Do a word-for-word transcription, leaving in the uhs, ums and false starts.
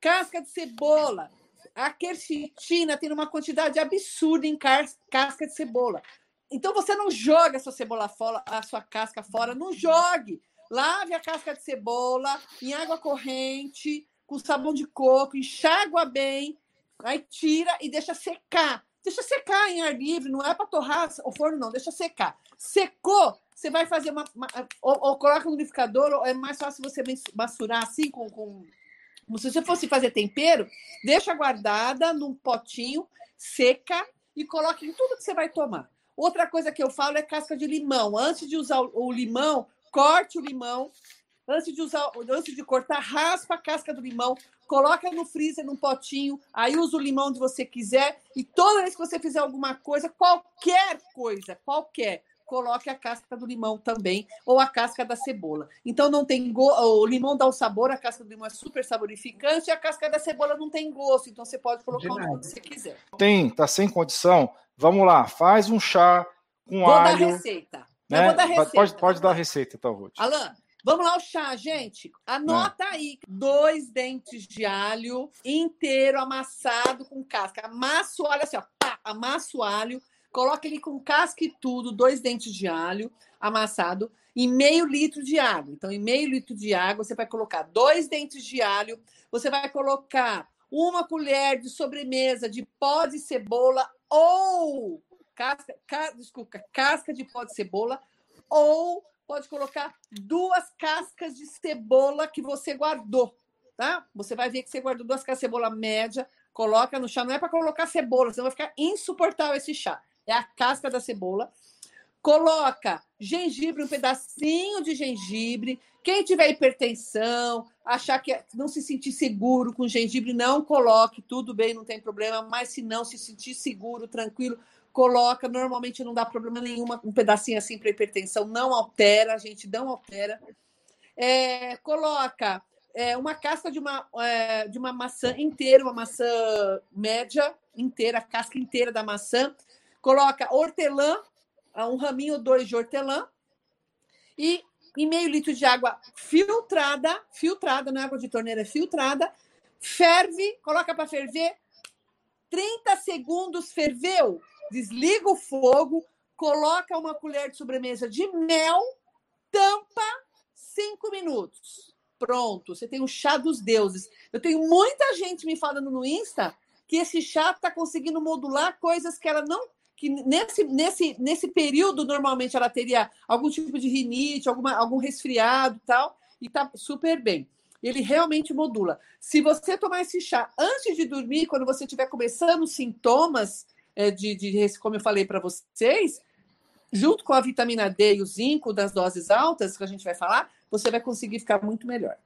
Casca de cebola. A quercetina tem uma quantidade absurda em casca de cebola. Então, você não joga a sua cebola fora, a sua casca fora, não jogue. Lave a casca de cebola em água corrente, com sabão de coco, enxágua bem, aí tira e deixa secar. Deixa secar em ar livre, não é para torrar o forno, não, deixa secar. Secou, você vai fazer uma... uma ou, ou coloca no liquidificador, ou é mais fácil você misturar assim, com, com, como se você fosse fazer tempero, deixa guardada num potinho, seca e coloca em tudo que você vai tomar. Outra coisa que eu falo é casca de limão. Antes de usar o limão, corte o limão. Antes de usar, antes de cortar, raspa a casca do limão, coloca no freezer, num potinho, aí usa o limão onde você quiser, e toda vez que você fizer alguma coisa, qualquer coisa, qualquer, coloque a casca do limão também, ou a casca da cebola. Então, não tem go... o limão dá o sabor, a casca do limão é super saborificante, e a casca da cebola não tem gosto, então você pode colocar onde você quiser. Tem, tá sem condição? Vamos lá, faz um chá com vou alho. Dar receita. Né? Eu vou dar receita. Pode, pode dar a receita, então, Ruth. Alan, vamos lá o chá, gente. Anota é. aí. Dois dentes de alho inteiro, amassado com casca. Amassa o alho assim, ó. Pá, amassa o alho. Coloca ele com casca e tudo. Dois dentes de alho amassado e meio litro de água. Então, em meio litro de água, você vai colocar dois dentes de alho. Você vai colocar uma colher de sobremesa de pó de cebola ou... Casca, ca, desculpa, casca de pó de cebola ou... Pode colocar duas cascas de cebola que você guardou, tá? Você vai ver que você guardou duas cascas de cebola média, coloca no chá. Não é para colocar cebola, senão vai ficar insuportável esse chá. É a casca da cebola. Coloca gengibre, um pedacinho de gengibre. Quem tiver hipertensão, achar que não se sentir seguro com gengibre, não coloque. Tudo bem, não tem problema. Mas se não se sentir seguro, tranquilo, coloca, normalmente não dá problema nenhum, um pedacinho assim para hipertensão, não altera, a gente não altera. É, coloca é, uma casca de uma, é, de uma maçã inteira, uma maçã média inteira, a casca inteira da maçã. Coloca hortelã, um raminho ou dois de hortelã, e em meio litro de água filtrada, filtrada, não é água de torneira, é filtrada, ferve, coloca para ferver, trinta segundos, ferveu, desliga o fogo, coloca uma colher de sobremesa de mel, tampa, cinco minutos. Pronto, você tem o chá dos deuses. Eu tenho muita gente me falando no Insta que esse chá está conseguindo modular coisas que ela não... que nesse, nesse, nesse período, normalmente, ela teria algum tipo de rinite, alguma, algum resfriado e tal, e está super bem. Ele realmente modula. Se você tomar esse chá antes de dormir, quando você estiver começando os sintomas, é, de, de, como eu falei para vocês, junto com a vitamina D e o zinco das doses altas, que a gente vai falar, você vai conseguir ficar muito melhor.